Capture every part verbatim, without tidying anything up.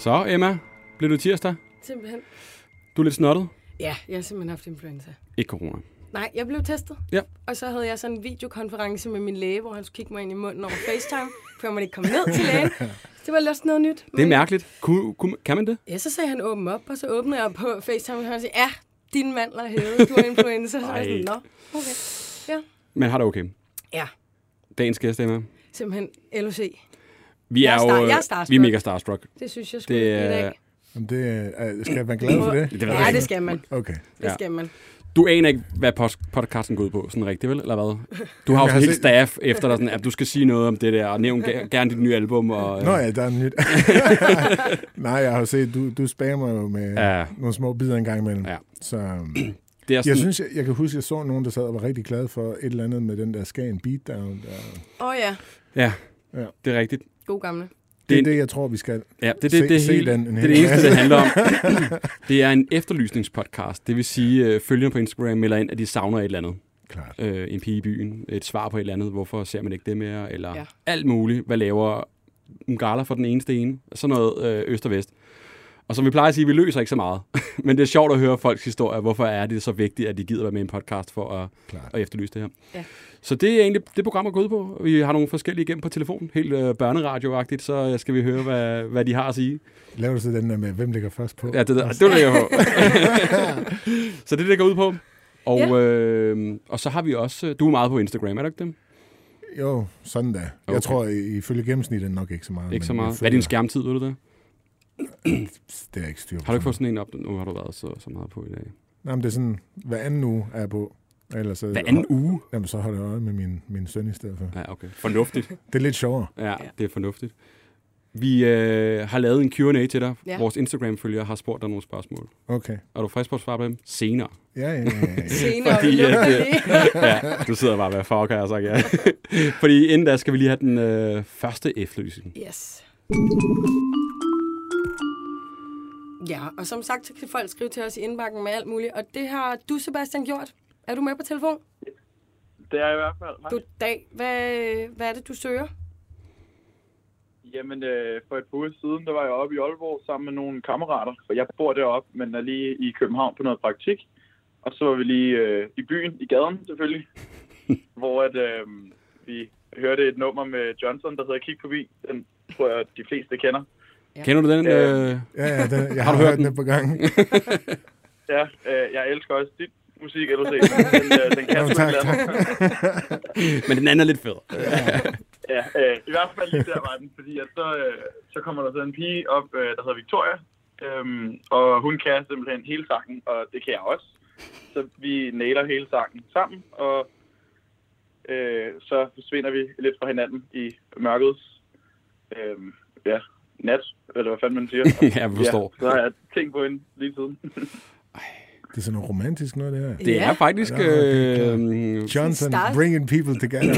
Så, Emma, blev du tirsdag? Simpelthen. Du er lidt snottet? Ja, jeg har simpelthen haft influenza. Ikke corona? Nej, jeg blev testet. Ja. Og så havde jeg sådan en videokonference med min læge, hvor han skulle kigge mig ind i munden over FaceTime, for jeg måtte ikke komme ned til lægen. Det var lidt noget nyt. Det er mærkeligt. Kun, kun, kan man det? Ja, så sagde han åben op, og så åbnede jeg på FaceTime, og han sagde, ja, dine mandler er hævet, du har influenza. Så var jeg sådan, nå, okay. Ja. Men har det okay? Ja. Dagens gæst, Emma? Simpelthen L O C. Vi er, er jo, star- jeg er starstruck. vi er mega starstruck. Det synes jeg skulle det, i dag. Jamen det, uh, skal jeg være glad for det? det ved ja, jeg det skal man. Okay. Det ja. skal man. Du aner ikke, hvad podcasten går ud på, sådan rigtigt, vel? Eller hvad? Du har jo sådan helt staff efter dig, sådan, at du skal sige noget om det der, og nævn gerne dit nye album. Og, Nå ja, der er nyt. Nej, jeg har jo set, du, du spammer jo med ja. nogle små bidder en gang imellem. Ja. Så det er sådan, jeg synes, jeg, jeg kan huske, jeg så nogen, der sad og var rigtig glad for et eller andet med den der Skagen Beatdown. Åh oh, ja. ja. Ja, det er rigtigt. God gamle. Det er det, jeg tror, vi skal ja, det, det, se, det, det, se hele, den. Det er det eneste, det handler om. Det er en efterlysningspodcast. Det vil sige, uh, følgerne på Instagram melder ind, at de savner et eller andet. Klart. Uh, en pige i byen, et svar på et eller andet. Hvorfor ser man ikke det mere? Eller ja. alt muligt. Hvad laver Ungala for den eneste ene? Sådan noget uh, øst og vest. Og som vi plejer at sige, vi løser ikke så meget. Men det er sjovt at høre folks historier. Hvorfor er det så vigtigt, at de gider være med i en podcast for at, at efterlyse det her? Ja. Så det er egentlig det program, er gået ud på. Vi har nogle forskellige igennem på telefonen. Helt øh, børneradioagtigt, så skal vi høre, hvad, hvad de har at sige. Laver du så den der med, hvem ligger først på? Ja, det, det, det ligger på. Så det er det, der går ud på. Og, ja. øh, og så har vi også... Du er meget på Instagram, er du ikke det? Jo, sådan da. Okay. Jeg tror, ifølge gennemsnittet nok ikke så meget. Ikke så meget. Hvad er din skærmtid, ved du det? Det er ikke styr på. Har du ikke fået sådan en op? Nu har du været så, så meget på i dag. Nej, men det er sådan, hver anden uge er jeg på. Ellers, hver anden hold, uge? Jamen, så holder jeg øje med min, min søn i stedet for. Ja, okay. Fornuftigt. Det er lidt sjovere. Ja, det er fornuftigt. Vi øh, har lavet en Q and A til dig. Ja. Vores Instagram-følgere har spurgt dig nogle spørgsmål. Okay. Er du frisk på at svare på dem? Senere. Ja, ja, ja. ja. Senere. Fordi, at, ja, du sidder bare, hvad fuck har jeg sagt, ja. Fordi inden da skal vi lige have den øh, første efterlysning. Yes. Ja, og som sagt, så kan folk skrive til os i indbakken med alt muligt. Og det har du, Sebastian, gjort. Er du med på telefon? Det er i hvert fald. Hej. Goddag. Hvad, hvad er det, du søger? Jamen, øh, for et par uger siden, der var jeg oppe i Aalborg sammen med nogle kammerater. For jeg bor deroppe, men er lige i København på noget praktik. Og så var vi lige øh, i byen, i gaden selvfølgelig. hvor at, øh, vi hørte et nummer med Johnson, der hedder Kig Forbi. Den tror jeg, de fleste kender. Ja. Kender du den? Øh... Ja, ja, den, jeg har, har du hørt den på gang. ja, øh, jeg elsker også dit musik, L O C, men den, øh, den kan tak, tak. Men den anden er lidt fed. ja, ja øh, i hvert fald lige der var den, fordi at så, øh, så kommer der så en pige op, øh, der hedder Victoria, øh, og hun kan simpelthen hele sangen, og det kan jeg også. Så vi nailer hele sangen sammen, og øh, så forsvinder vi lidt fra hinanden i mørket. Øh, ja. Nat, eller hvad fanden man siger. Ja, jeg forstår. Ja, så har jeg tænkt på hende lige siden. Det er sådan noget romantisk noget, det her. Det ja. er faktisk... Ja, øh, Johnson, bringing people together.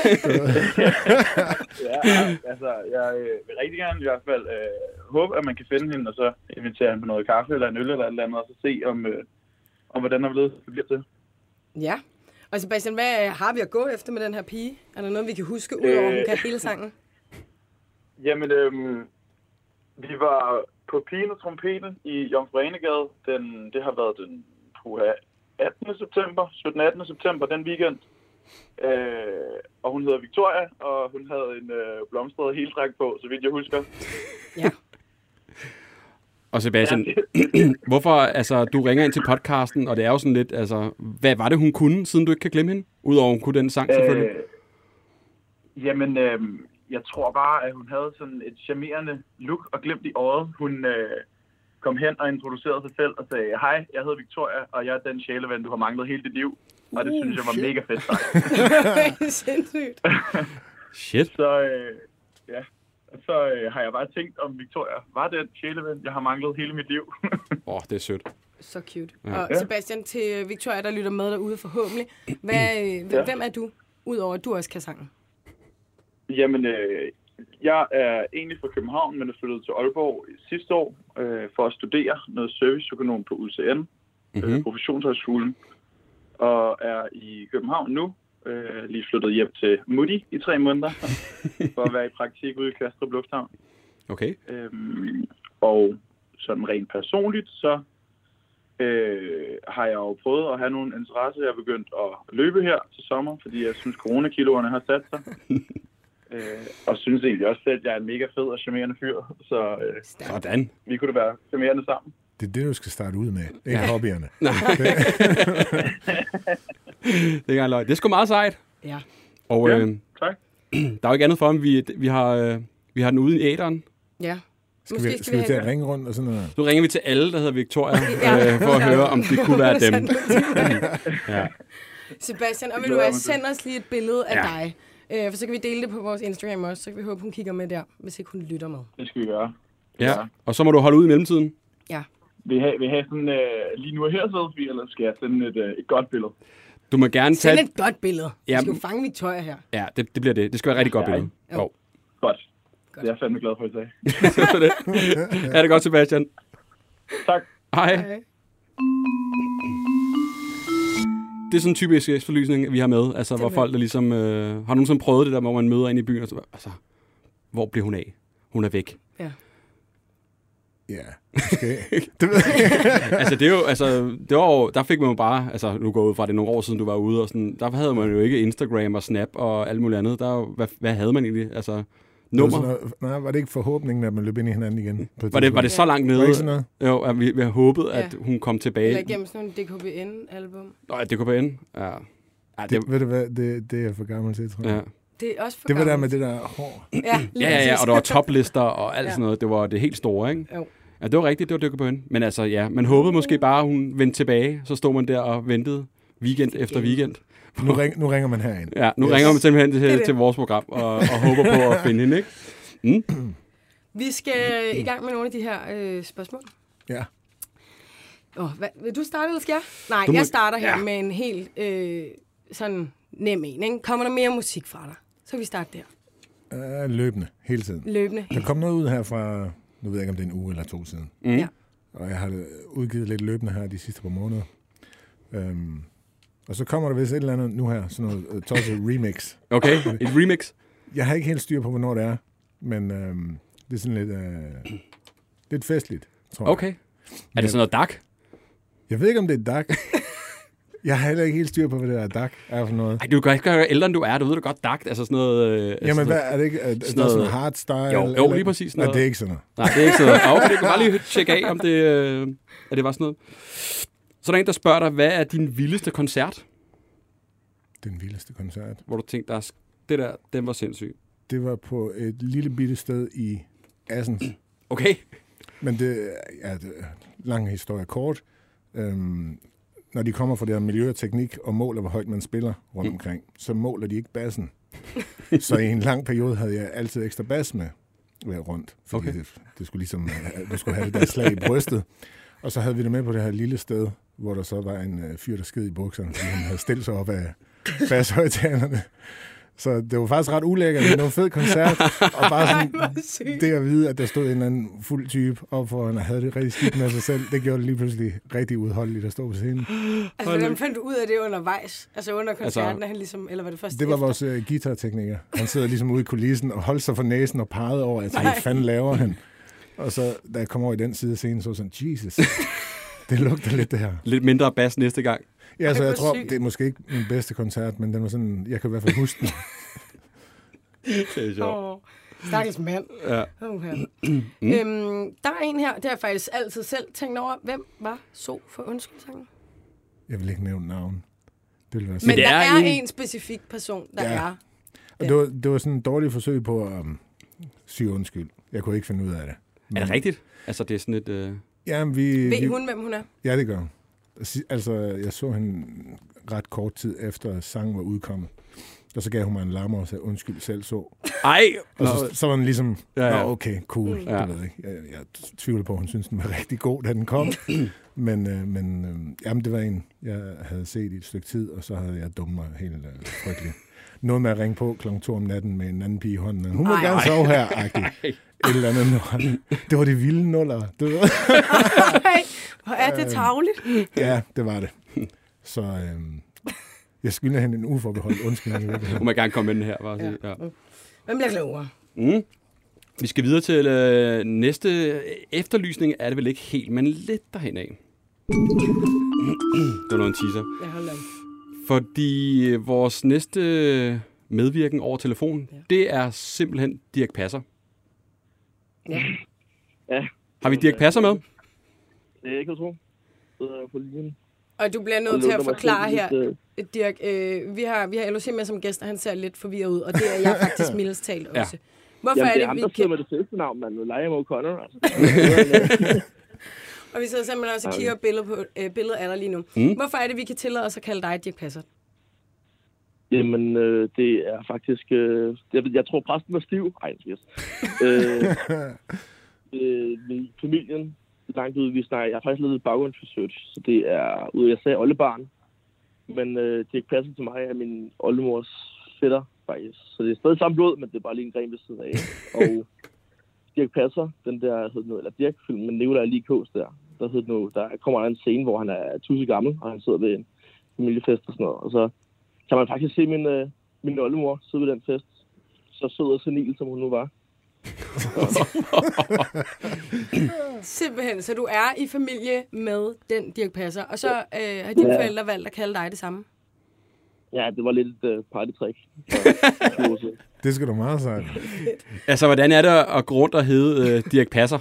ja, altså, jeg øh, vil rigtig gerne i hvert fald øh, håbe, at man kan finde hende, og så invitere hende på noget kaffe, eller en øl, eller et eller andet, og så se, om, øh, om hvordan der blevet bliver til. Ja. Og Sebastian, hvad har vi at gå efter med den her pige? Er der noget, vi kan huske, udover øh, hun kan hele sangen? Jamen, øh, vi var på Pigen og Trompeten i Jomfru Anegade. Den, det har været den puha, attende september, syttende attende september, den weekend. Øh, og hun hedder Victoria, og hun havde en øh, blomstret heldragt på, så vidt jeg husker. Ja. Og Sebastian, hvorfor, altså, du ringer ind til podcasten, og det er jo sådan lidt, altså, hvad var det, hun kunne, siden du ikke kan glemme hende? Udover hun kunne den sang, selvfølgelig. Øh, jamen, øh, jeg tror bare, at hun havde sådan et charmerende look og glimt i øjet. Hun øh, kom hen og introducerede sig selv og sagde, hej, jeg hedder Victoria, og jeg er den sjæleven, du har manglet hele dit liv. Og det uh, synes jeg var shit. Mega fedt sagt. Sindssygt. Shit. Så øh, ja, så øh, har jeg bare tænkt om Victoria var den sjæleven, jeg har manglet hele mit liv. Åh, oh, det er sødt. Så cute. Ja. Og Sebastian, til Victoria, der lytter med derude forhåbentlig. Hvad, ja. Hvem er du, udover at du også kan sangen? Jamen, øh, jeg er egentlig fra København, men er flyttet til Aalborg sidste år øh, for at studere noget serviceøkonom på U C N, mm-hmm. øh, professionshøjskolen, og er i København nu, øh, lige flyttet hjem til Mutti i tre måneder, for at være i praktik ude i Kastrup Lufthavn. Okay. Øhm, og sådan rent personligt, så øh, har jeg jo prøvet at have nogle interesse. Jeg er begyndt at løbe her til sommer, fordi jeg synes, coronakiloerne har sat sig. øh, og synes egentlig også, at jeg er en mega fed og charmerende fyr. Så øh, Sådan. Vi kunne da være charmerende sammen. Det er det, du skal starte ud med. Ikke ja. hobbyerne. Nej. det, er det er sgu meget sejt. Ja. Og ja, øh, tak. Der er jo ikke andet for, om vi, vi, har, øh, vi har den ude i æteren. Ja. Skal Måske vi, skal, skal vi til at ringe rundt og sådan noget? Nu ringer vi til alle, der hedder Victoria, ja. øh, for at høre, om det kunne være dem. ja. Sebastian, og vil du have, send os lige et billede af ja. dig. Øh, for så kan vi dele det på vores Instagram også, så kan vi håbe, hun kigger med der, hvis ikke hun lytter med. Det skal vi gøre. Ja, ja. Og så må du holde ud i mellemtiden. Ja. Vil I have, vil I have sådan, øh, lige nu her selfie, eller skal jeg sende et, øh, et godt billede? Du må gerne tage... Send et godt billede. Ja. Vi skal jo fange Victoria her. Ja, det, det bliver det. Det skal være et rigtig godt ja, billede. Jo. Jo. Godt. godt. Det er jeg fandme glad for i dag. Så det. Er det godt, Sebastian? Tak. Hej. Hej. Det er sådan en typisk efterlysning, vi har med. Altså, hvor folk, der ligesom... Øh, har nogen sådan prøvet det der, hvor man møder ind i byen, og så... Altså, hvor bliver hun af? Hun er væk. Ja. Ja, måske. det ved jeg. altså, det er jo, altså, det var jo, der fik man jo bare, altså, nu går ud fra det nogle år siden, du var ude, og sådan, der havde man jo ikke Instagram og Snap og alt muligt andet. Der, hvad, hvad havde man egentlig? Altså, nummer? Var, noget, nej, var det ikke forhåbningen, at man løb ind i hinanden igen? Var det, var det så langt nede? Var det ikke sådan noget? Jo, at vi, vi havde håbet, ja. at hun kom tilbage. Eller gennem sådan en D K B N-album. Nå, ja, D K B N? Ja. ja det, det, ved du hvad, det, det er jeg for gammel til, tror jeg. Ja. Det er også for Det var gammel. der med det der hår. Ja, ja, ja, ja, og der var toplister og alt ja. sådan noget. Det var det helt store, ikke? Jo. Ja, det var rigtigt, det var D K B N. Men altså, ja, man håbede måske bare, at hun vendte tilbage. Så stod man der og ventede weekend efter weekend. Nu, ring, nu ringer man herind. Ja, nu yes. ringer man simpelthen til, det det. til vores program og, og håber på at finde hende, ikke? Mm? Vi skal i gang med nogle af de her øh, spørgsmål. Ja. Oh, hvad, vil du starte, eller skal jeg? Nej, må... jeg starter her ja. med en helt øh, sådan nem en. Ikke? Kommer der mere musik fra dig? Så kan vi starte der. Uh, løbende, hele tiden. Løbende. Der kom noget ud her fra, nu ved jeg ikke, om det er en uge eller to siden. Mm. Ja. Og jeg har udgivet lidt løbende her de sidste par måneder. Um, og så kommer der vist et eller andet nu her, sådan noget uh, tosset remix. Okay, et remix? Jeg har ikke helt styr på, hvornår det er, men um, det er sådan lidt, uh, lidt festligt, tror jeg. Okay. Er det sådan noget dak? Jeg ved ikke, om det er dak. Jeg har heller ikke helt styr på, hvad det der dak er for noget. Ej, du kan ikke gøre ældre, end du er. Du ved det godt, dak. Altså sådan noget... Øh, Jamen, sådan hvad er det ikke? Er, sådan noget, sådan hardstyle? Jo, jo lige præcis sådan noget. Nej, det er ikke sådan noget. Nej, det er ikke sådan noget. Okay, det kan bare lige tjekke af, om det, øh, at det var sådan noget. Så er der en, der spørger dig, hvad er din vildeste koncert? Den vildeste koncert? Hvor du tænkte, der, det der, den var sindssyg. Det var på et lille bitte sted i Assens. Okay. Men det er ja, lang historie kort. Øhm, når de kommer fra det her miljø og teknik og måler, hvor højt man spiller rundt mm. omkring, så måler de ikke bassen. Så i en lang periode havde jeg altid ekstra bas med rundt, fordi okay. det, det skulle ligesom, du skulle have det der slag i brystet. Og så havde vi det med på det her lille sted, hvor der så var en uh, fyr, der sked i bukserne, fordi han havde stillet sig op af bashøjtalerne. Så det var faktisk ret ulækkert, men det var en fed koncert, og bare sådan, det at vide, at der stod en eller anden fuld type op for, og havde det rigtig skidt med sig selv, det gjorde det lige pludselig rigtig udholdeligt at stå på scenen. Altså, hvordan fandt du ud af det undervejs? Altså under koncerten, altså, han ligesom, eller var det først Det var efter? vores uh, guitartekniker. Han sidder ligesom ude i kulissen og holdt sig for næsen og pegede over, altså, hvad fanden laver han? Og så, da jeg kom over i den side af scenen, så sådan, Jesus, det lugter lidt det her. Lidt mindre bas næste gang. Ja, så jeg tror, syg. Det er måske ikke min bedste koncert, men den var sådan, jeg kan i hvert fald huske den. Det er sjovt. Oh, stakkels mand. Ja. Okay. mm. øhm, der er en her, det har jeg faktisk altid selv tænkt over. Hvem var så for undskyldsangen? Jeg vil ikke nævne navn. Det vil være men der er, er en... en specifik person, der ja. er. Det var, det var sådan et dårligt forsøg på at um, sige undskyld. Jeg kunne ikke finde ud af det. Men... Er det rigtigt? Altså, det er sådan et... Øh... Ja, vi... Ved vi... hun, hvem hun er? Ja, det gør hun. Altså, jeg så hende ret kort tid efter sangen var udkommet. Og så gav hun mig en lammer og sagde, undskyld, selv så. Ej! Og så, så var den ligesom, ja, ja. Nå, okay, cool. Mm. Ja. Det ved jeg, ikke. Jeg, jeg tvivler på, at hun synes, den var rigtig god, da den kom. men øh, men øh, jamen, det var en, jeg havde set i et stykke tid, og så havde jeg dummet mig helt øh, frygteligt. Noget med at ringe på klokken to om natten med en anden pige i hånden. Hun må ej, gerne ej. sove her, agtigt. Et eller andet. Det var det vilde nuller. Det var... Hvor er det tarveligt? Ja, det var det. Så øh, jeg skylder hende en uforbeholdt undskyldning. Hun må gerne komme ind her. Bare ja. Ja. Hvem bliver klogere? Mm. Vi skal videre til øh, næste efterlysning, er det vel ikke helt, men lidt derhen af. Det var noget en teaser. Ja, hold da. Fordi vores næste medvirken over telefon, ja. det er simpelthen Dirch Passer. Ja. Ja. Har vi Dirch Passer med? Det er ikke, jeg tror. På linjen. Og du bliver nødt til at forklare her, Dirch. Øh, vi har, vi har L O C med som gæst, og han ser lidt forvirret ud, og det er jeg faktisk mildest talt også. Ja. Hvorfor Jamen, er det, det er ham, der sidder med det fedeste navn, man. Liam O'Connor, altså. Og vi sidder simpelthen også og kigger billeder på øh, billedet af dig lige nu. Mm. Hvorfor er det, vi kan tillade os at kalde dig Dirch Passer? Jamen, øh, det er faktisk... Øh, jeg, jeg tror, præsten var stiv. Ej, yes. øh, øh, min familien, langt ude, vi snakker... Jeg har faktisk lavet baggrundsresearch, så det er ude, jeg sagde oldebarn. Men øh, Dirch Passer til mig er min oldemors fætter, faktisk. Så det er stadig samme blod, men det er bare lige en gren ved siden af. Og Dirch Passer, den der, hed noget, eller Dirch-film, men Nicolai Likås der, der hed noget, der kommer der en scene, hvor han er tusind gammel, og han sidder ved en familiefest og sådan noget. Og så kan man faktisk se min, øh, min oldemor sidde ved den fest. Så sød og senil, som hun nu var. Simpelthen, så du er i familie med den Dirch Passer, og så øh, har dine ja. forældre valgt at kalde dig det samme? Ja, det var lidt et uh, partytrick. Det skal du meget sige. Altså, hvordan er det at gå rundt og hedde uh, Dirch Passer?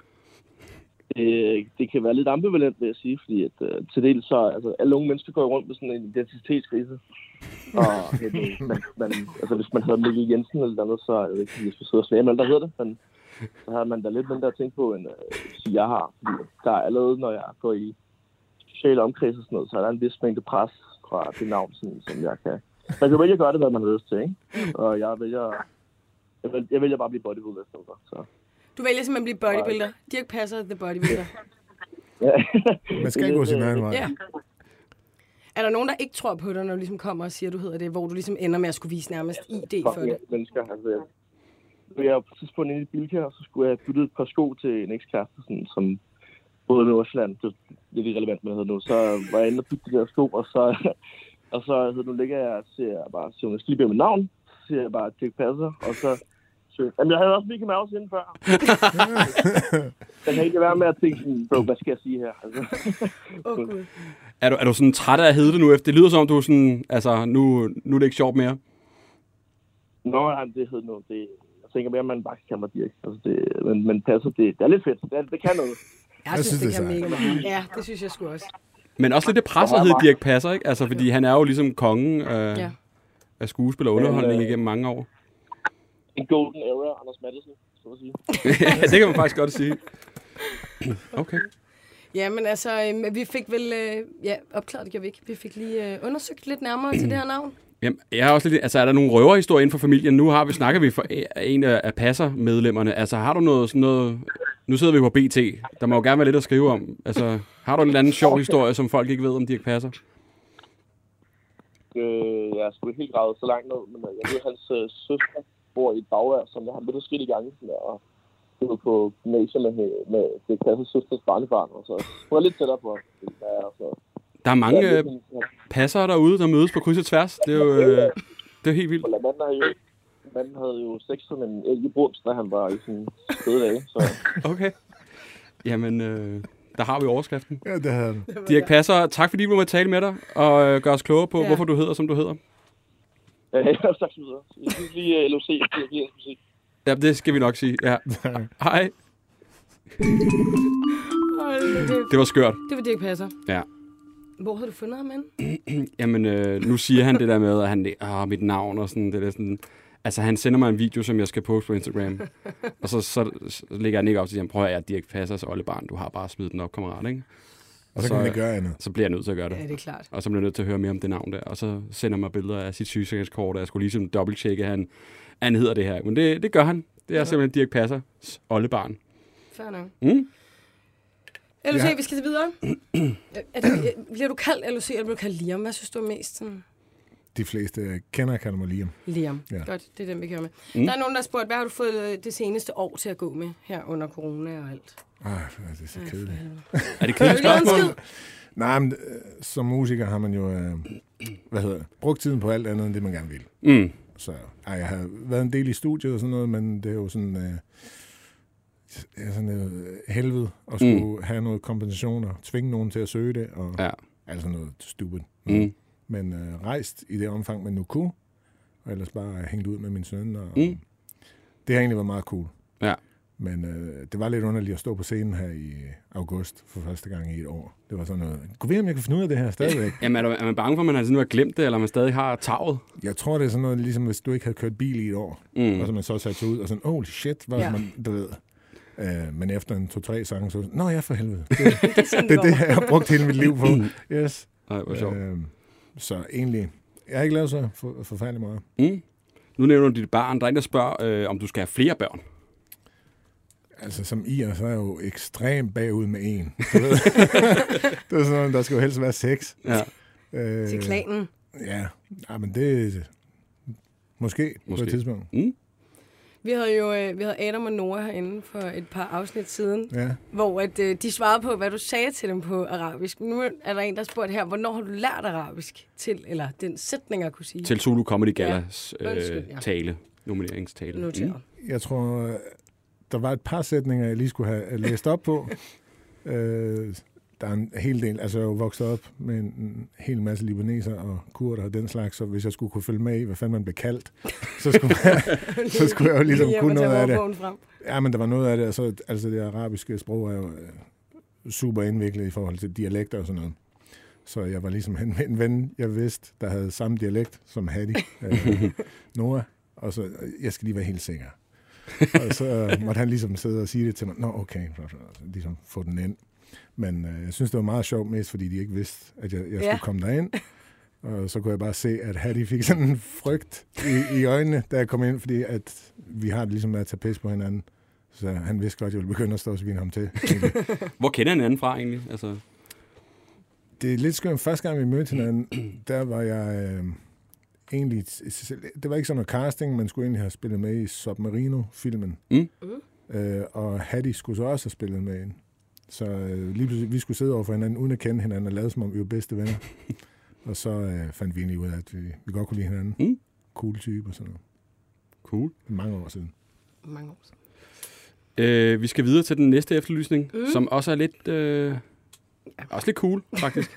Det, det kan være lidt ambivalent, vil jeg sige, fordi at, uh, til dels så, altså, alle unge mennesker går rundt med sådan en identitetskrise. Og uh, man, man, altså, hvis man hedder Mikkel Jensen eller noget, så er det ikke, hvis vi sidder og slæger med, der hedder det, men så har man da lidt mindre at tænke på, end uh, jeg har. Fordi der er allerede, når jeg går i sociale omkreds og sådan noget, så er der en vis mængde pres fra det navn, sådan, som jeg kan. Man kan vælge at gøre det, hvad man har lyst til, ikke? Og jeg vælger, jeg vælger, jeg vælger bare at blive bodybuilder. Så. Du vælger simpelthen at blive bodybuilder? Og Dirch Passer, the bodybuilder. Ja. Man skal gå sin egen vej. Ja. Er der nogen, der ikke tror på dig, når du ligesom kommer og siger, du hedder det, hvor du ligesom ender med at skulle vise nærmest I D for det? Mennesker, altså, jeg, jeg var på et tidspunkt inde i Bilka, og så skulle jeg bytte et par sko til en ekskæreste, sådan, som både i Nordsjælland, det er lidt irrelevant med, nu. Så var jeg inde og bytte de der sko, og så... Og så nu ligger jeg og siger bare, så jeg skal lige bede mit navn, så siger jeg bare Dirch Passer, og så siger jeg, jamen jeg havde også Mickey Mouse inden før. Jeg kan ikke være med at tænke sådan, bro, hvad skal jeg sige her? Altså. Oh, God. Er du, er du sådan træt af at hedde det nu efter? Det lyder som om, du er sådan, altså nu, nu er det ikke sjovt mere. Nå, nej, det hedder noget. Det, jeg tænker mere, at man bare kan kalde mig Dirch. Altså det, men, men Passer, det, det er lidt fedt. Det, er, det kan noget. Jeg, jeg synes, det, det kan mega meget. Ja, det synes jeg sgu også. Men også lidt det pres at hedde Dirch Passer, ikke? Altså, fordi han er jo ligesom kongen af, ja. af skuespil og underholdning igennem mange år. En golden era, Anders Matthesen, så at sige. Ja, det kan man faktisk godt sige. Okay. Ja, men altså, vi fik vel, ja, opklaret det gjorde vi ikke. Vi fik lige undersøgt lidt nærmere til det her navn. Jamen, jeg har også lidt, altså er der nogle røverhistorier inden for familien? Nu har vi, snakker vi for en af Passer-medlemmerne. Altså har du noget sådan noget... Nu sidder vi på B T. Der må jo gerne være lidt at skrive om. Altså, har du en eller anden sjov historie, som folk ikke ved om Dirch Passer? Øh, jeg er sgu ikke helt gravet så langt ned, men jeg ved, at hans øh, søster bor i et bagvær, som jeg har lidt skidt i gange, og det var på gymnasiet med, med Dirch Passers søsters barnebarn, og så hun er lidt tættere på. Ja, så. Der er mange ja, øh, passere derude, der mødes på kryds og tværs. Det er jo, øh, det er helt vildt. Manden havde jo sex som en elg i brunst, da han var i sin skøde dage. Så. Okay. Jamen, øh, der har vi overskriften. Ja, det havde du. Dirch Passer, tak fordi vi må tale med dig og øh, gøre os klogere på, ja. hvorfor du hedder, som du hedder. Ja, tak skal du have. Jeg synes lige L O C, musik. Ja, det skal vi nok sige. Ja. Hej. Det var skørt. Det var Dirch Passer. Ja. Hvor havde du fundet ham henne? Jamen, øh, nu siger han det der med, at han har mit navn og sådan. Det der sådan. Altså, han sender mig en video, som jeg skal poste på Instagram. Og så, så, så lægger han ikke op til, at prøv at jeg Dirch Passers oldebarn. Du har bare smidt den op, kammerat, ikke? Og så, så kan man ikke gøre andet. Så bliver jeg nødt til at gøre det. Ja, det er klart. Og så bliver jeg nødt til at høre mere om det navn der. Og så sender mig billeder af sit sygesikringskort, og jeg skulle ligesom dobbelttjekke, at han, han hedder det her. Men det, det gør han. Det er ja. simpelthen Dirch Passers oldebarn. Fair nok. Mm? L O C, ja. Vi skal til videre. Er det, bliver du kaldt L O C, eller bliver du kaldt Liam? Hvad synes du er mest sådan? De fleste kender kalder mig Liam. Liam, ja. Godt. Det er den, vi kører med. Mm. Der er nogen, der har spurgt, hvad har du fået det seneste år til at gå med her under corona og alt? Ej, det er så kedeligt. Er det kedeligt spørgsmål? Nej, men som musiker har man jo, øh, hvad hedder det, brugt tiden på alt andet, end det man gerne vil. Mm. Så ej, jeg har været en del i studiet og sådan noget, men det er jo sådan, øh, er sådan noget helvede at skulle mm. have noget kompensation og tvinge nogen til at søge det, og ja. altså noget stupid. Mm. Men øh, rejst i det omfang, man nu kunne, og ellers bare hængt ud med min søn, og mm. det har egentlig været meget cool. Ja. Men øh, det var lidt underligt at stå på scenen her i august for første gang i et år. Det var sådan noget, gå ved, om jeg kan finde ud af det her stadigvæk. Jamen, er, du, er man bange for, at man har, sådan, har glemt det, eller man stadig har taget? Jeg tror, det er sådan noget, ligesom hvis du ikke havde kørt bil i et år, mm. og så man så satte sig ud, og sådan, holy shit, hvad ja. man, du ved. Øh, men efter en to-tre sange, så nå ja, for helvede. Det, det, det er det, jeg har brugt hele mit liv på. Yes. Nej, hvor sjovt. Øh, så egentlig, jeg har ikke lavet så for, forfærdeligt meget. Mm. Nu nævner du dit barn. Der er en, der spørger, øh, om du skal have flere børn. Altså, som I er, så er jeg jo ekstremt bagud med en. Det er sådan noget, der skal jo helst være seks. Ja. Øh, Til klanen. Ja, ja, men det måske, måske. på et tidspunkt. Mm. Vi havde jo øh, vi havde Adam og Nora herinde for et par afsnit siden, ja. hvor at, øh, de svarede på, hvad du sagde til dem på arabisk. Nu er der en, der spurgte her, hvornår har du lært arabisk til, eller den sætning, jeg kunne sige? Til Zulu Comedy Galas ja. øh, tale, nomineringstale. Mm. Jeg tror, der var et par sætninger, jeg lige skulle have læst op på. øh, der er en hel del, altså jeg er jo vokset op med en, en hel masse libaneser og kurder og den slags, så hvis jeg skulle kunne følge med i, hvad fanden man blev kaldt, så skulle jeg, så skulle jeg jo ligesom kunne noget af det. Ja, men der var noget af det, altså, altså det arabiske sprog er jo super indviklet i forhold til dialekter og sådan noget. Så jeg var ligesom en, en ven, jeg vidste, der havde samme dialekt som Hadi, øh, Noah, og så, jeg skal lige være helt sikker. Og så måtte han ligesom sidde og sige det til mig, nå okay, ligesom få den ind. Men øh, jeg synes, det var meget sjovt, mest fordi de ikke vidste, at jeg, jeg skulle ja. komme derind. Og så kunne jeg bare se, at Hadi fik sådan en frygt i, i øjnene, da jeg kom ind, fordi at vi har det ligesom med at tage pis på hinanden. Så han vidste godt, at jeg ville begynde at stå og svine ham til. Hvor kender hinanden fra egentlig? Altså... Det er lidt skønt. Første gang, vi mødte hinanden, der var jeg øh, egentlig... Det var ikke sådan noget casting, man skulle egentlig have spillet med i Submarino-filmen. Mm. Øh, og Hadi skulle så også have spillet med ind. Så øh, lige pludselig, vi skulle sidde over for hinanden, uden at kende hinanden, og lade som om vi var bedste venner. Og så øh, fandt vi egentlig ud af, at vi, vi godt kunne lide hinanden. Mm. Cool type og sådan noget. Cool. Mange år siden. Mange år siden. Øh, vi skal videre til den næste efterlysning, mm. som også er lidt... Øh, også lidt cool, faktisk.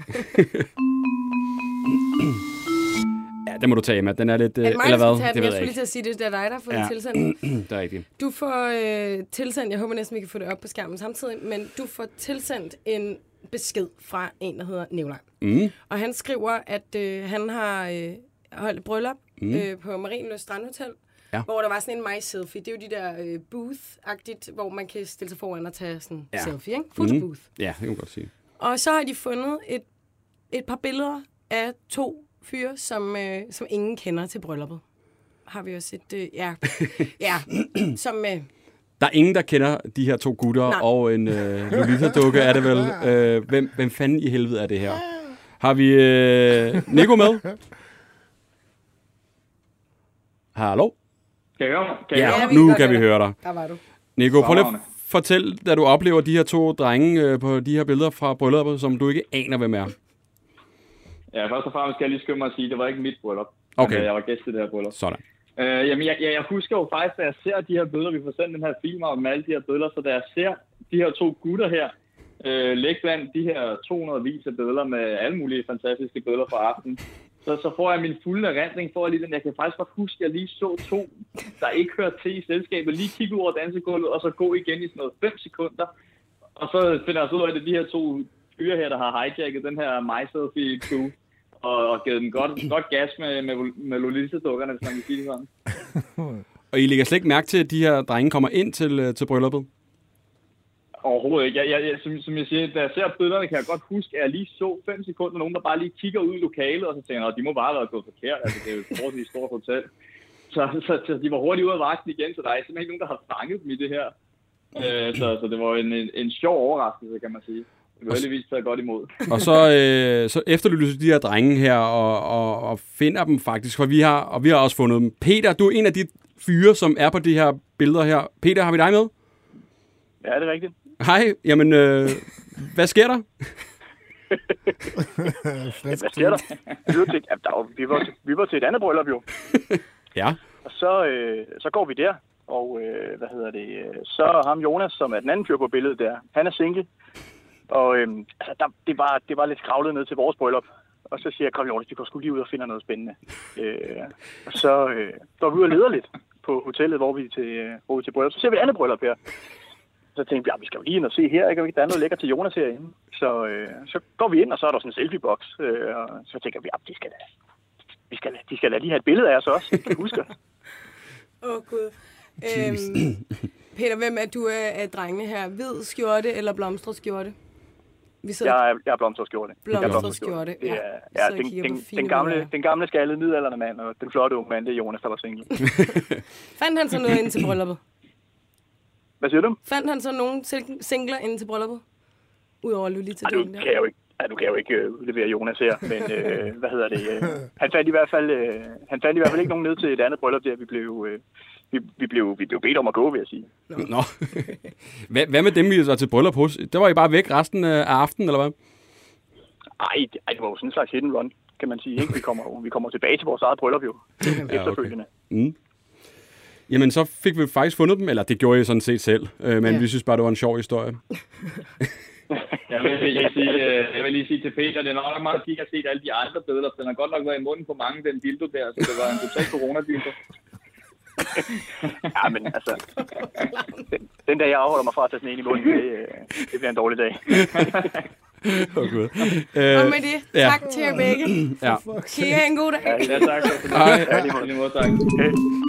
Ja, den må du tage, Emma. Den er lidt... Øh, er det mig, eller hvad? Det jeg, jeg skulle lige til at sige, det er dig, der har fået ja. tilsendt. Det er rigtigt. Du får øh, tilsendt, jeg håber næsten, vi kan få det op på skærmen samtidig, men du får tilsendt en besked fra en, der hedder Nikolaj. Mm. Og han skriver, at øh, han har øh, holdt et bryllup mm. øh, på Marienlyst Strandhotel, ja. hvor der var sådan en my-selfie. Det er jo de der øh, booth-agtigt, hvor man kan stille sig foran og tage sådan en ja. selfie, ikke? Fotobooth. Mm. Ja, det kan man godt sige. Og så har de fundet et, et par billeder af to fyre, som, øh, som ingen kender til brylluppet. Har vi også et... Øh, ja, ja, som... Øh, der er ingen, der kender de her to gutter, nej. Og en øh, Lolita-dukke er det vel. Øh, hvem, hvem fanden i helvede er det her? Har vi øh, Nico med? Hallo? Kan jeg høre? Kan jeg ja, nu kan vi høre dig. Der var du. Nico, prøv lige at fortælle, da du oplever de her to drenge øh, på de her billeder fra brylluppet, som du ikke aner, hvem er. Ja, først og fremmest skal jeg lige skynde mig at sige, at det var ikke mit bryllup. Okay. Men jeg var gæst i det her bryllup. Sådan. Øh, jamen, jeg, jeg, jeg husker jo faktisk, at jeg ser de her billeder, vi får sendt den her film om alle de her billeder, så da jeg ser de her to gutter her, øh, lægge blandt de her to hundrede vis af billeder med alle mulige fantastiske billeder fra aftenen, så, så får jeg min fulde erindring for lige den. Jeg kan faktisk godt huske, at jeg lige så to, der ikke hørte til i selskabet, lige kigge ud over dansegulvet, og så gå igen i sådan noget fem sekunder. Og så finder jeg så ud af, at det er de her to fyre her, der har hijacket den her My-selfie crew. Og, og givet den godt, godt gas med, med, med Lolita-dukkerne, hvis man kan sige det sådan. Og I lægger slet ikke mærke til, at de her drenge kommer ind til, til brylluppet? Overhovedet ikke. Jeg, jeg, jeg, som, som jeg siger, da jeg ser billederne, kan jeg godt huske, at jeg lige så fem sekunder, nogen der bare lige kigger ud i lokalet, og så tænker jeg, de må bare være gået forkert. Altså, det er jo et forholdsvis stort hotel. Så, så, så de var hurtigt ude af vagten igen, så der er simpelthen ikke nogen, der har fanget dem i det her. Øh, så, så det var en, en, en sjov overraskelse, kan man sige. Det var heldigvis taget godt imod. Og så, øh, så efterlyser de her drenge her, og, og, og finder dem faktisk, for vi har, og vi har også fundet dem. Peter, du er en af de fyre, som er på de her billeder her. Peter, har vi dig med? Ja, det er rigtigt. Hej, jamen, øh, hvad sker der? Hvad sker der? Vi var til, ja, der var, vi, var til, vi var til et andet bryllup jo. Ja. Og så, øh, så går vi der, og øh, hvad hedder det, så er ham Jonas, som er den anden fyr på billedet der, han er single. Og øh, altså, der, det, var, det var lidt skravlet ned til vores bryllup. Og så siger jeg, kom Jonas, vi går sgu lige ud og finder noget spændende. Øh, og så øh, går vi ud og leder lidt på hotellet, hvor vi er til, hvor vi er til bryllup. Så ser vi et andet bryllup her. Så tænkte vi, ja, vi skal jo lige ind og se her, ikke? Der er noget lækkert til Jonas herinde. Så, øh, så går vi ind, og så er der sådan en selfie-box. Øh, og så tænker vi, ja, de skal da, vi skal, de skal da lige have et billede af os også. Kan huske. Åh, oh, Gud. Øhm, Peter, hvem er du af, af drengene her? Hvid skjorte eller blomstret skjorte? Vi sidder... Jeg er, jeg er blomstret skjorte. Blomstret skjorte, ja. Ja, ja den, den, den, gamle, den gamle skaldede midaldrende mand, og den flotte unge mand, det er Jonas, der var single. Fandt han så noget ind til brylluppet? Hvad siger du? Fandt han så nogle singler inden til brylluppet? Udover lige til den der? Kan jeg jo ikke. Ja, du kan jo ikke øh, udlevere Jonas her, men øh, hvad hedder det? Øh, han fandt i hvert fald, øh, han fandt i hvert fald ikke nogen ned til et andet bryllup der. Vi blev, øh, vi, vi blev, vi blev bedt om at gå, vil jeg sige. Nå. Nå. hvad, hvad med dem, vi var til bryllup hos? Der var I bare væk resten af aftenen, eller hvad? Ej, det, ej, det var jo sådan en slags hit and run, kan man sige. Ikke? Vi kommer vi kommer tilbage til vores eget bryllup jo, ja, efterfølgende. Okay. Mm. Jamen, så fik vi faktisk fundet dem, eller det gjorde jeg sådan set selv, øh, men ja. Vi synes bare, det var en sjov historie. jeg, vil lige sige, jeg vil lige sige til Peter, det er nok meget kig at se alle de andre billeder, den har godt nok været i munden på mange, den dildo der, så det var en total corona-dildo. Ja, men altså, den, den dag jeg afholder mig fra at tage sådan en i munden, det, det bliver en dårlig dag. Okay. Uh, og med det, tak ja. til jer begge. Ja. Kan I have en god dag? Ja, tak. Hej. Ja, lige måde, tak. Hey.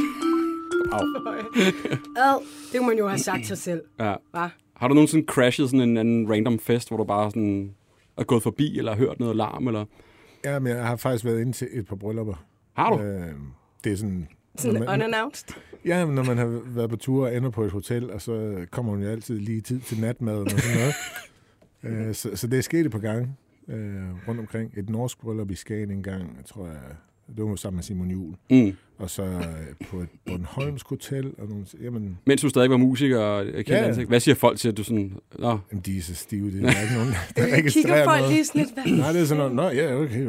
Ad, det kunne man jo have sagt sig selv. Ja. Hva? Har du nogensinde crashet sådan en, en random fest, hvor du bare sådan er gået forbi, eller hørt noget larm, eller? Ja, men jeg har faktisk været inde til et par bryllupper. Har du? Øh, det er sådan... Sådan man, unannounced? Ja, når man har været på tur og ender på et hotel, og så kommer man jo altid lige tid til natmaden og sådan noget. øh, så, så det er sket et par gange øh, rundt omkring. Et norsk bryllup i Skagen en gang, jeg tror jeg... Det var sammen med Simon Juhl. Mm. Og så på et Bornholmsk hotel. Og nogle, jamen... Mens du stadig var musiker og kendte ja. ansigt. Hvad siger folk til, at du sådan... Nå. Jamen, de er så stive. Det er ikke nogen, der registrerer kigger folk noget. lige sådan lidt... Nej, det er sådan noget... Nå, ja, okay.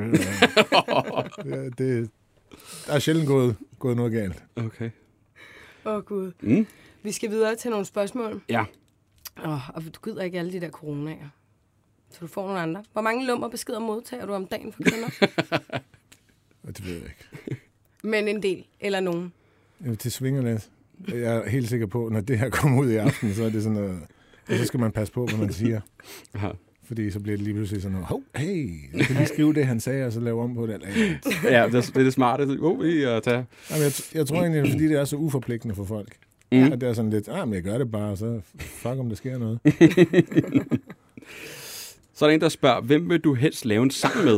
Ja, det, der er sjældent gået, gået noget galt. Okay. Åh, oh, Gud. Mm. Vi skal videre til nogle spørgsmål. Ja. Oh, og du gider ikke alle de der coronaer. Så du får nogle andre. Hvor mange lummer beskeder modtager du om dagen for kvinder? Det ved jeg ikke. Men en del, eller nogen? Ja, det svinger lidt. Jeg er helt sikker på, når det her kommer ud i aften, så er det sådan noget... Og så skal man passe på, hvad man siger. Aha. Fordi så bliver det lige pludselig sådan noget... Hov, hey, jeg kan lige skrive det, han sagde, og så lave om på det. Ja, det er det, det smarte. Oh, i at tage. Jamen, jeg, jeg tror egentlig, fordi det er så uforpligtende for folk. Mm. At det er sådan lidt... Ah, men jeg gør det bare, så fuck, om der sker noget. Så er der en, der spørger, hvem vil du helst lave en sang med?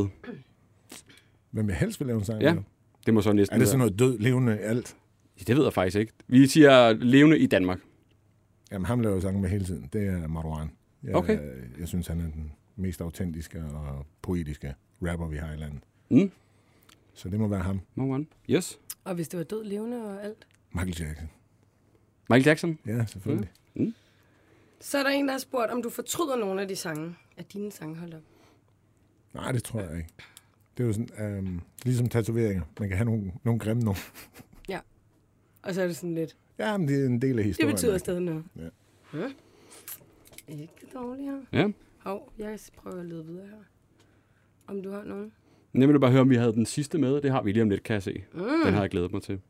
Hvem jeg helst vil lave en sang ja, med? Det må så næsten er det sådan noget død, levende, alt? Det ved jeg faktisk ikke. Vi siger levende i Danmark. Jamen, ham laver sange med hele tiden. Det er Marwan. Jeg, okay. jeg, jeg synes, han er den mest autentiske og poetiske rapper, vi har i landet. Mm. Så det må være ham. Marwan, yes. Og hvis det var død, levende og alt? Michael Jackson. Michael Jackson? Ja, selvfølgelig. Mm. Mm. Så er der en, der har spurgt, om du fortryder nogle af de sange, af dine sange holdt op. Nej, det tror jeg ikke. Det er jo sådan, øhm, ligesom tatoveringer. Man kan have nogle, nogle grimme nogle. Ja, og så er det sådan lidt... Ja, men det er en del af historien. Det betyder stadig noget. Ja. Ja. Ikke dårligt her. Ja. Hov, jeg prøver at lede videre her. Om du har nogen? Jeg vil bare høre, om vi havde den sidste med. Det har vi lige om lidt, kan jeg se. Mm. Den har jeg glædet mig til.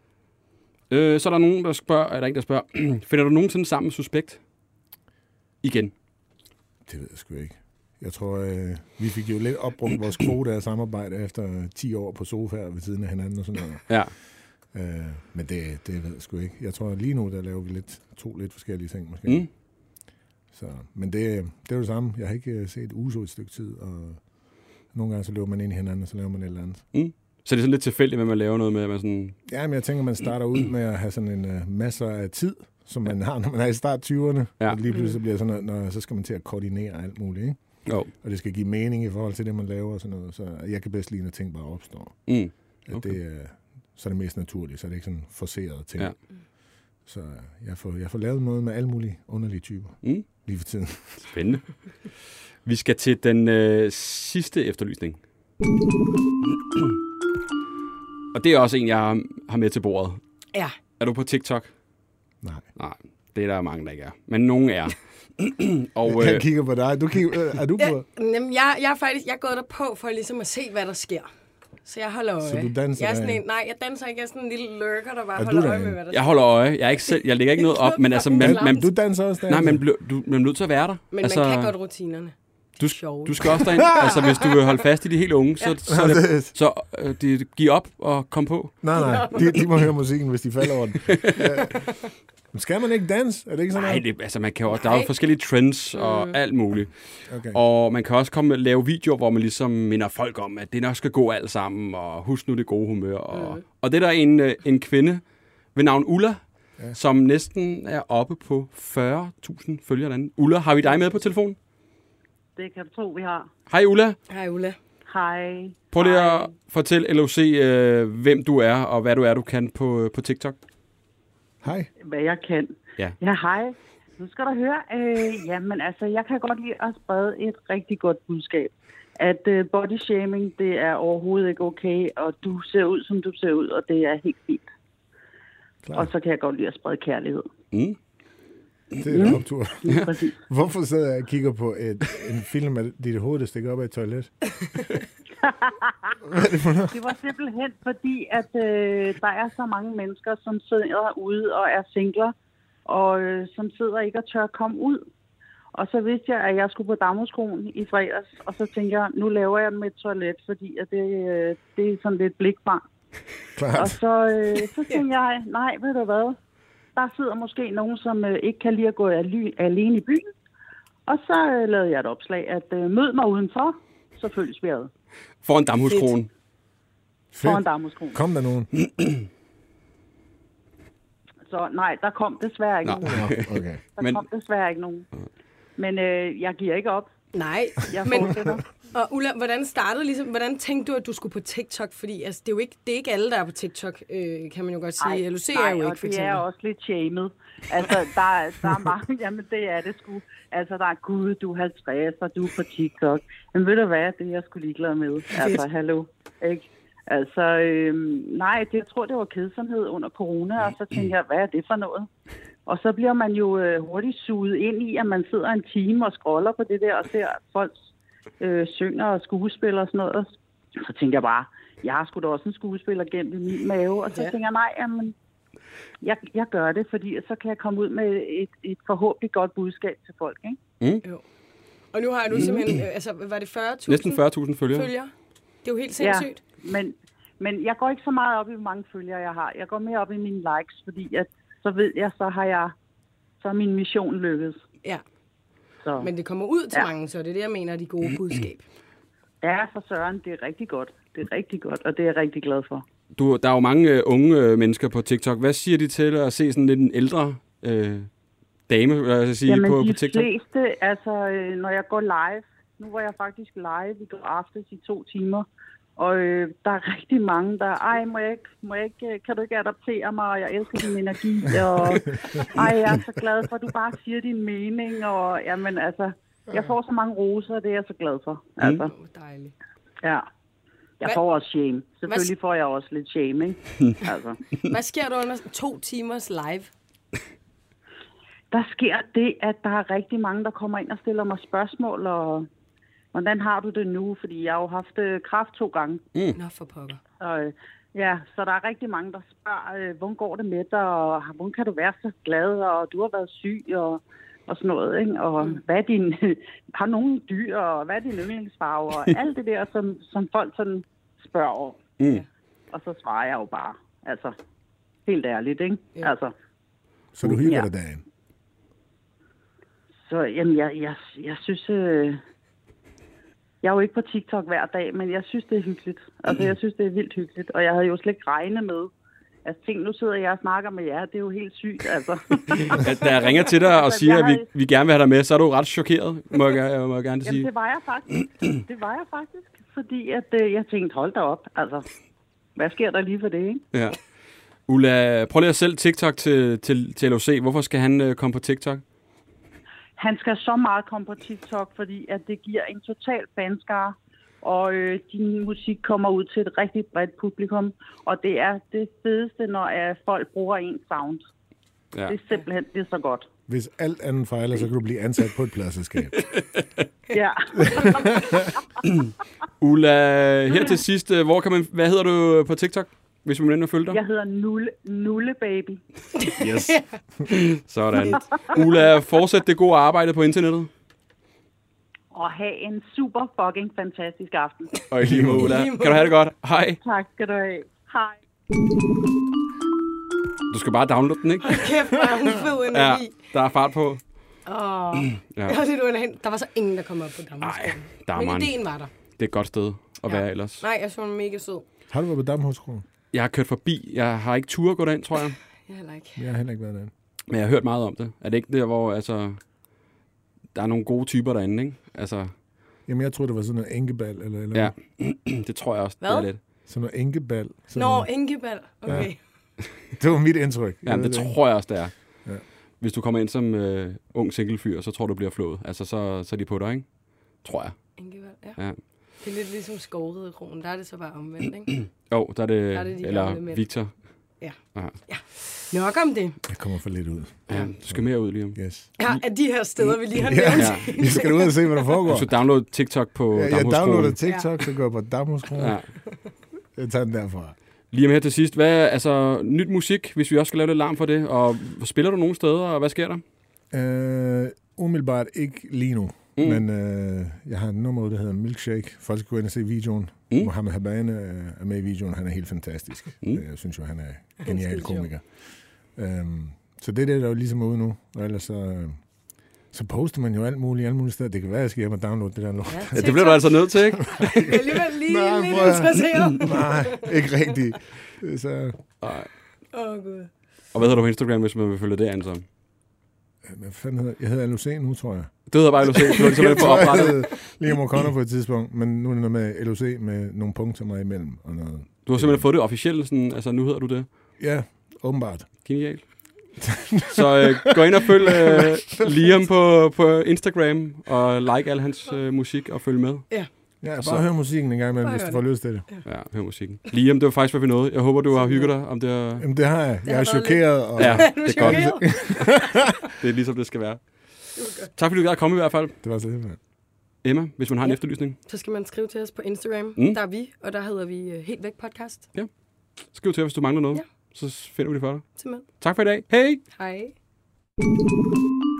Øh, så er der nogen, der spørger... Er der en, der spørger... Finder du nogensinde sammen med Suspekt? Igen. Det ved jeg sgu ikke. Jeg tror, øh, vi fik jo lidt opbrugt vores kvote af samarbejde efter ti år på sofaer ved siden af hinanden og sådan noget. Ja. Øh, men det, det ved jeg sgu ikke. Jeg tror, lige nu, der laver vi lidt, to lidt forskellige ting måske. Mm. Så, men det, det er jo det samme. Jeg har ikke set Uso et stykke tid, og nogle gange så løber man ind i hinanden, og så laver man et eller andet. Mm. Så det er sådan lidt tilfældigt, at man laver noget med, at man sådan... Ja, men jeg tænker, man starter ud med at have sådan en uh, masser af tid, som man har, når man er i start tyverne. Ja. Og lige pludselig bliver sådan noget, når, så skal man til at koordinere alt muligt, ikke? Oh. Og det skal give mening i forhold til det, man laver og sådan noget. Så jeg kan bedst lide, når ting bare opstår. Mm. Okay. Det, uh, så er det mest naturligt, så er det ikke sådan forceret ting. Ja. Så jeg får, jeg får lavet noget med alle mulige underlige typer. Mm. Lige for tiden. Spændende. Vi skal til den øh, sidste efterlysning. Og det er også en, jeg har med til bordet. Ja. Er du på TikTok? Nej. Nej, det er der mange, der ikke er. Men nogen er. Og, jeg øh, kigger på dig. Du kigger, øh, er du på? Ja, jamen, jeg, jeg er faktisk jeg er gået der på for ligesom at se, hvad der sker. Så jeg holder øje. Så du danser jeg er sådan en, nej, jeg danser ikke. Jeg er sådan en lille lurker, der bare er holder øje med, hvad der sker. Jeg holder øje. Jeg, er ikke selv, jeg lægger ikke noget op, men altså... Man, man, du danser også der? Nej, men du, du man er nødt til at være der. Men altså, man kan godt rutinerne. Du, du skal også derind. Altså, hvis du vil holde fast i de helt unge, så, ja. så, så, det, så øh, de, giv op og kom på. Nej, nej. De, de må høre musikken, hvis de falder over den. Ja. Men skal man ikke danse? Er det ikke sådan Nej, det, altså, man kan jo, der er jo forskellige trends og mm. alt muligt. Okay. Og man kan også komme og lave videoer, hvor man ligesom minder folk om, at det nok skal gå alt sammen, og husk nu det gode humør. Og, mm. og det der er en, en kvinde ved navn Ulla, ja. som næsten er oppe på fyrre tusind følgere derinde. Ulla, har vi dig med på telefonen? Det kan du tro, vi har. Hej Ulla. Hej Ulla. Hej. Prøv lige at fortælle L O C, øh, hvem du er, og hvad du er, du kan på, på TikTok. Hej. Hvad jeg kan? Ja. Ja, hej. Nu skal du høre. Øh, jamen, altså, jeg kan godt lide at sprede et rigtig godt budskab. At øh, body shaming, det er overhovedet ikke okay, og du ser ud, som du ser ud, og det er helt fint. Klar. Og så kan jeg godt lide at sprede kærlighed. Mm. Det er en optur. Ja. Hvorfor sidder jeg og kigger på et, en film af dit hoved, der stikker op af et toilet? Hvad er det for noget? Det var simpelthen fordi, at øh, der er så mange mennesker, som sidder ude og er singler, og øh, som sidder ikke og tør at komme ud. Og så vidste jeg, at jeg skulle på Damhuskroen i fredags, og så tænker jeg, nu laver jeg med et toilet, fordi at det, øh, det er sådan lidt blikfang. Klart. Og så, øh, så tænker jeg, nej, ved du hvad? Der sidder måske nogen, som øh, ikke kan lide at gå alene i byen. Og så øh, lavede jeg et opslag, at øh, mød mig udenfor, så følges vi ad. Foran Damhuskroen. Foran Damhuskroen. Kom der nogen? Så nej, der kom desværre ikke Nå. nogen. Okay. Der Men... kom desværre ikke nogen. Men øh, jeg giver ikke op. Nej, jeg men... Og Ulla, hvordan startede ligesom, hvordan tænkte du, at du skulle på TikTok? Fordi altså, det er jo ikke, det er ikke alle, der er på TikTok, øh, kan man jo godt sige. L O C er jo ikke, for eksempel. det er også lidt shamed. Altså, der, der er mange, jamen det er det sgu. Altså, der er gud, du er halvtreds, og du er på TikTok. Men ved du hvad, det er jeg sgu ligeglad med. Altså, hallo, ikke? Altså, øh, nej, det, jeg tror, det var kedsomhed under corona, og så tænkte jeg, hvad er det for noget? Og så bliver man jo øh, hurtigt suget ind i, at man sidder en time og scroller på det der, og ser folk øh, synger og skuespiller og sådan noget. Så tænker jeg bare, jeg har sgu da også en skuespiller gemt i min mave, og så ja. tænker jeg, nej, jamen, jeg, jeg gør det, fordi så kan jeg komme ud med et, et forhåbentlig godt budskab til folk, ikke? Mm. Jo. Og nu har du simpelthen, øh, altså, var det fyrre tusind? Næsten fyrre tusind følgere. følgere. Det er jo helt sindssygt. Ja, men, men jeg går ikke så meget op i, hvor mange følgere jeg har. Jeg går mere op i mine likes, fordi at, så ved jeg, så har jeg, så er min mission lykkedes. Ja. Så. Men det kommer ud til ja. mange, så det er det, jeg mener, de gode budskab. Ja, for Søren, det er rigtig godt. Det er rigtig godt, og det er jeg rigtig glad for. Du, der er jo mange uh, unge uh, mennesker på TikTok. Hvad siger de til at se sådan lidt en ældre uh, dame, hvad jeg sige, Jamen, på, de på TikTok? Jamen, de fleste, altså, øh, når jeg går live, nu var jeg faktisk live i går aftes i to timer, og øh, der er rigtig mange, der, ej, må jeg ikke, må jeg ikke, kan du ikke adoptere mig, og jeg elsker din energi, og ej, jeg er så glad for, at du bare siger din mening, og jamen, altså, jeg får så mange roser, og det er jeg så glad for. Altså. Mm. Dejligt. Ja. Jeg får også shame. Selvfølgelig får jeg også lidt shame, ikke? Altså. Hvad sker der under to timers live? Der sker det, at der er rigtig mange, der kommer ind og stiller mig spørgsmål, og hvordan har du det nu? Fordi jeg har jo haft øh, kræft to gange. Mm. Nå, for pokker. Så, øh, ja, så der er rigtig mange, der spørger, øh, hvordan går det med dig, og hvordan kan du være så glad, og du har været syg, og, og sådan noget, ikke? Og mm. hvad er din, har nogen dyr, og hvad er din yndlingsfarve, og alt det der, som, som folk sådan spørger over. Mm. Og så svarer jeg jo bare, altså, helt ærligt, ikke? Ja. Altså, så du hygger dig ja. dagen? Så, jamen, jeg, jeg, jeg synes... Øh, Jeg er jo ikke på TikTok hver dag, men jeg synes, det er hyggeligt. Altså, jeg synes, det er vildt hyggeligt. Og jeg havde jo slet ikke regnet med. Altså, tænk, nu sidder jeg og snakker med jer. Det er jo helt sygt, altså. Da jeg ringer til dig og siger, at vi, vi gerne vil have dig med, så er du ret chokeret, må jeg, må jeg gerne sige. Jamen, det var jeg faktisk. Det var jeg faktisk. Fordi at, øh, jeg tænkte, hold da op. Altså, hvad sker der lige for det, ikke? Ja. Ulla, prøv lige at sælge TikTok til, til, til L O C. Hvorfor skal han øh, komme på TikTok? Han skal så meget komme på TikTok, fordi at det giver en total fanskare. og øh, din musik kommer ud til et rigtig bredt publikum, og det er det fedeste, når øh, folk bruger en sound. Ja. Det er simpelthen det er så godt. Hvis alt andet fejler, så kan du blive ansat på et pladselskab. Ja. Ulla, her til sidst, hvor kan man, hvad hedder du på TikTok, hvis man vil følge dig? Jeg hedder Nulle, Nulle Baby. Yes. Sådan. Ulla, fortsæt det gode arbejde på internettet. Og have en super fucking fantastisk aften. Og lige måde, Ulla. Kan du have det godt? Hej. Tak skal du have. Hej. Du skal bare downloade den, ikke? Kæft, hvor er hun fed energi. Ja, der er fart på. Åh, oh. ja. Der var så ingen, der kom op på Damhuskroen. Men man. Ideen var der. Det er et godt sted at ja. være ellers. Nej, jeg synes, hun er mega sød. Har du været på Damhuskroen? Jeg har kørt forbi. Jeg har ikke tur at gå derind, tror jeg. Jeg heller ikke. Jeg har heller ikke været derinde. Men jeg har hørt meget om det. Er det ikke der, hvor altså, der er nogle gode typer derinde, ikke? Altså... Jamen, jeg tror det var sådan noget enkebal. Eller, eller ja, det tror jeg også. Hvad? Det er lidt. Sådan noget enkebal. Nå, noget... enkebal. Okay. Ja. Det var mit indtryk. Ja, det, det tror jeg også, det er. Ja. Hvis du kommer ind som øh, ung singlefyr, så tror du bliver flået. Altså, så, så er de på dig, ikke? Tror jeg. Enkebal, ja. ja. Det er lidt ligesom Skovridekronen. Der er det så bare omvendt, ikke? Jo, der er det, der er det de eller Victor. Ja. ja. Nok om det. Jeg kommer for lidt ud. Ja, du skal mere ud, Liam. Yes. Ja, af de her steder, vi lige har nævnt. Ja, ja. Vi skal ud og se, hvad der foregår. Du skal downloade TikTok på ja, Damhuskroen. Jeg downloader TikTok, så går jeg på Damhuskroen. Ja. Jeg tager den derfra. Liam, her til sidst. Hvad altså nyt musik, hvis vi også skal lave lidt larm for det? Og spiller du nogle steder, og hvad sker der? Øh, umiddelbart ikke lige nu. Mm. Men øh, jeg har et nummer, der hedder Milkshake. Folk skal gå ind og se videoen. Mm. Mohammed Habane er med i videoen. Han er helt fantastisk. Mm. Jeg synes jo, han er genial komiker. Øhm, så det er det, der er jo ligesom ude nu. Og ellers så, så poster man jo alt muligt, alle mulige steder. Det kan være, at jeg skal hjem og downloade det der lort. Ja, ja, det bliver du altså nødt til, ikke? Alligevel lige nej, lidt interesseret. Nej, ikke rigtigt. Så... Nej. Åh, oh, Gud. Og hvad hedder du på Instagram, hvis man vil følge det an som? Hvad fanden hedder jeg? hedder L O C nu, tror jeg. Det hedder bare L O C. Du har simpelthen fået oprettet. Liam O'Connor på et tidspunkt, men nu er det noget med L O C med nogle punkter imellem. Og noget. Du har simpelthen fået det officielt, sådan, altså nu hedder du det? Ja, åbenbart. Genialt. Så øh, gå ind og følg øh, Liam på, på Instagram, og like al hans øh, musik, og følg med. Ja. Ja, bare så. Hør musikken en gang imellem, hvis du får lyst til det. Ja. ja, hør musikken. Liam, det var faktisk, hvad vi nåede. Jeg håber, du har hygget dig om det. Er... Jamen, det har jeg. Jeg er chokeret. Og... Ja, det er godt. Det er ligesom det skal være. Tak fordi du gad at komme i hvert fald. Det var så lidt. Emma, hvis man har en ja. efterlysning. Så skal man skrive til os på Instagram. Mm. Der er vi, og der hedder vi uh, Helt Væk Podcast. Ja. Skriv til os, hvis du mangler noget. Ja. Så finder vi det for dig. Simpelthen. Tak for i dag. Hej! Hej.